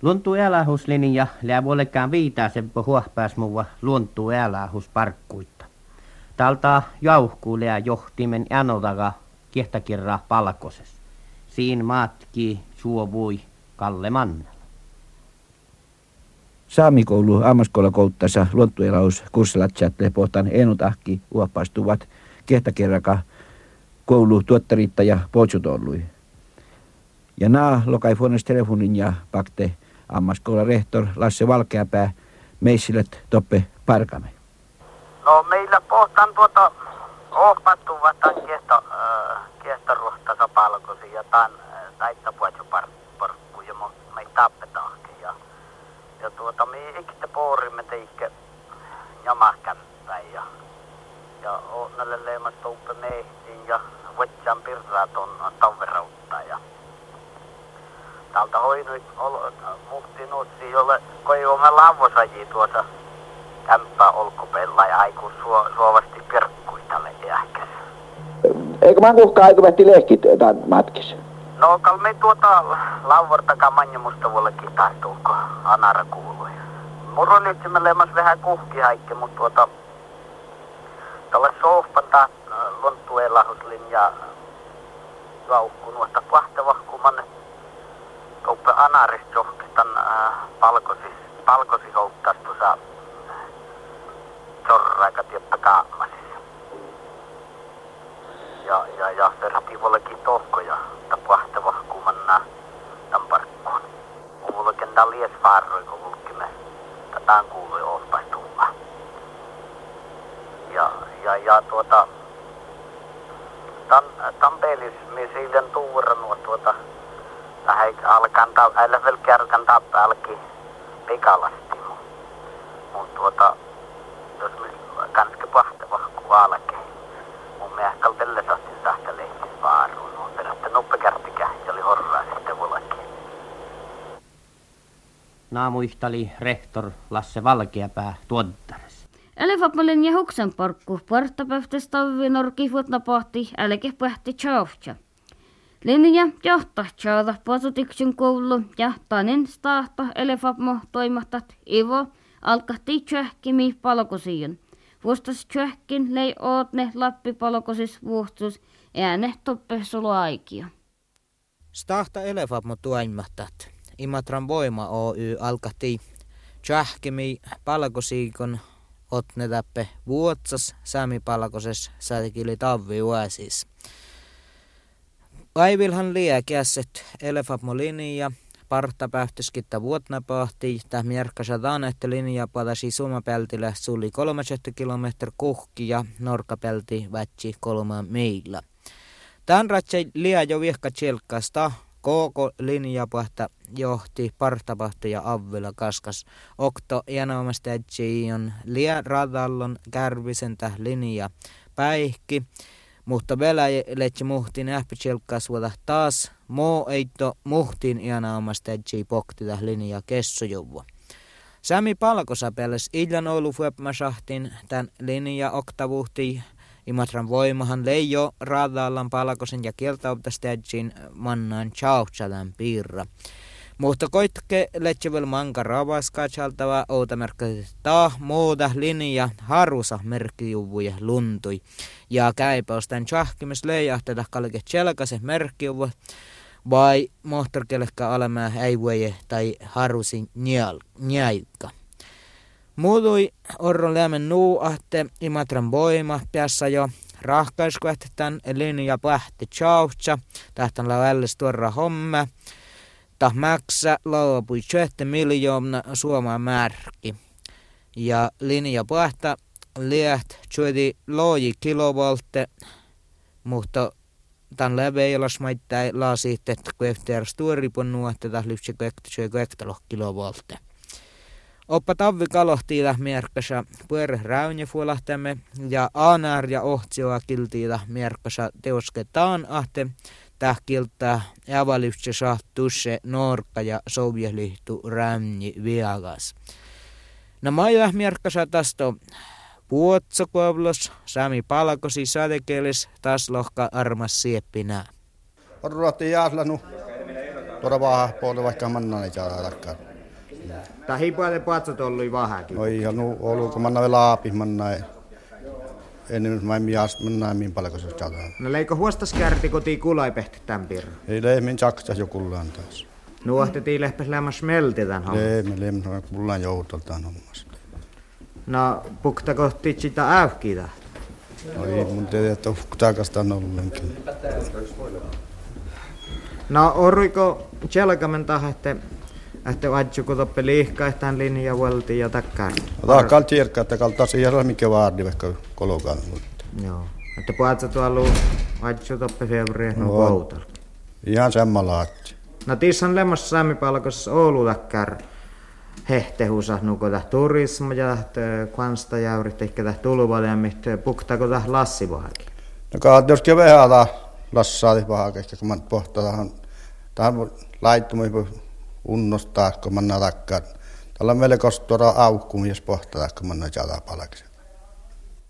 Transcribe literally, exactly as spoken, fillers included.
Luontuelähuslinja lää vuolekään viitäisempö huohpääs muua luontuelähusparkkuitta. Täältä jauhkuu lää johtimen änotaga kiehtäkirra palkoses. Siin matkii suovui Kalle Mannala. Saamikoulu ammaskoulakouttassa luontuelahus kurssilatsat pohtaan enutahki uopastuvat kiehtäkirraka koulu tuottaritta ja pootsutollui. Ja naa lokai fuones telefonin ja pakte ammaskoula rehtor Lasse Valkeapää meissillet toppe parkame. No meillä pohtaan tuota ohpattuvat tämän kiesto, äh, kiestoruhtasa palkosi ja tämän taittapuetsuparkku ja me tappetahke. Ja, ja tuota me ikitte poorimme teikke jamahkämpäin ja ja näille leimasta uppe mehtiin ja vetsään pirraat on tavverautta ja täältä hoinui muhti nuutsi, jolle koivomme lavosajia tuossa kämppää olkopella ja aiku suo, suovasti pirkkuita leijähkäs. Eikö mä kuhkaa aika vähti lehkit tämän matkissa? No kalme tuota lauvortakaan manjamusta vuollekin tahtuuko anara kuului. Murron nyt me leimas vähän kuhki haikki, mutta tuota tällä sohpanta luontuelahuslinja laukku nuosta pahtavahkuman kauppe anarist johkistan äh, palkosis palkosis outtastusa sorraika tiepä kaamasis. Ja ja ja serti vollekin tohkoja ta pahtavahkuman nää tämän parkkuun. Vollekin tää lies farroi kun vulkimme tätään kuului ohpaistumaan. Ja ja ja tuota tan tampelis me sillen tuuranua tuota lähe alkan ta älä vel kärkan tappalki pikalasti mu. Mut tuota jos me kanske pahtava kualake. Mun mielestä tälle sastin sähtä lehtis vaaruun. On perättä noppekertikä ja oli horraa sitten vuolakin. Naamuihtali rehtor Lasse Valkeapää tuottares. Elefapmalin ja huksen parkku partapähtes talvinorki vuotna pohti älke pähti tjauhtja. Linja johtaa tjauta posutiksen koulu ja tanin stahta elefapmo toimahtat Ivo alkahti tjöhkimi palkosiin. Vuostas tjöhkin lei ootne lappi palkosis vuohtus ääne toppe suluaikia. Stahta elefapmo toimahtat. Imatran Voima Oy alkahti tjöhkimi palkosiikon otne täppe vuotsas saamipalkoses säätikili tavvi vuosis. Aivilhan liäkäset elefapmo linja partapähtyskitta vuotna pohti täh mierkkasataan, että linja padasi sumapältillä suli kolmekymmentä kilometriä kuhki ja norkapälti vätsi kolma meillä. Tän ratsei liä jo vihka tjelkkasta. Koko linjapahta johti partapahta ja avvilla kaskas. Okto janoomasta on liä radallon kärvisentä linja päihki. Mutta vielä letsi muhtiin ähpitselkkas vuoda taas. Moo eito muhtiin janoomasta etsii poktita linja kessujuvua. Sami palkosapelles illan Oulu fuepmasahtin tän linja oktavuhti. Imatran Voimahan leijo radallan palkosen ja kieltäyttästäjin mannaan tjauhtsalan piirra. Mutta koitke letsevel manka ravaskatsaltava outa merkkiä muuta linja harusa merkkijuvuja luntui. Ja käypäustän tjahkimis leijahteta kalke tjelkase merkkijuvu vai mohtorkelekka alemää äivueje tai harusi njaikka. Muutui orron lämmen nuu ahte Imatran Voima päässä jo rahkaiskuet tän linja pähti tjauhtsa. Tähtän lau älles tuorra homma. Tah mäksä laupui syötte miljoona suomaa märki. Ja linja pähtä liät syöti looji kilovolte. Mutta tän läve ei olas maittai laasiitte, että kun efteer stuoripon nuotte täh lypsi koektalo kilovolte. Oppa tavvi kalohtiida mierkkasa puer räynjäfuolahtemme ja aanar ja ohtsioa kiltiida mierkkasa teosketaan ahte tähkiltä ävalyhtsä sahtusse norkka ja sovjelihtu räynji viagas. No maija mierkkasa tästä puotsokovlos, sami palkosi sadekelis, taas lohka armas sieppinää. On ruotti jääslänut, tuoda vaan puolella vaikka mannan ei saada takkaan. Tai hiipualle patsot ollut vähänkin. No ihan nu ollut, kun manna vielä aapi, manna ei. Ennen mä en miast, manna niin paljon kuin se saadaan. No leiko huostas kärti kotiin kulaipehti tämän pirran? Ei lehmin saksas jo kullaan taas. Nuohtettiin lehpäs lämmäs smelti tämän homman. Ei, me lehmin kullaan joutoltaan hommassa. No, pukta kohti sitä äyhkiitä? No ei mun tiedä, että uhkutaakastaan ollenkin. No, orruiko Tjelkamen taha, että että vaatsuko toppe liihkaa, että hän linja vuoltiin ja takkaan? No takkaan tiedäkään, että kaltaa siellä mikä vaadi, vaikka kolokaan. Joo, että puhatsa tuolla vaatsu toppe februari no koutalla. Ihan samalla laatti. No tiissan lemmassa saamipalkossa Oulu takkar hehtehusa nukota turismo ja kvansta jäyrit ehkä täh tuluvalemmit puktako täh lassivaakin. No kaat joskin vähän ala lassaati pahakin, ehkä kun man pohtaa tähän, tähän laittumaan unnostaa, kun man takkaan. Tällä on melko tuoda aukkuun, jos pohtaa, kun man jää palaksi.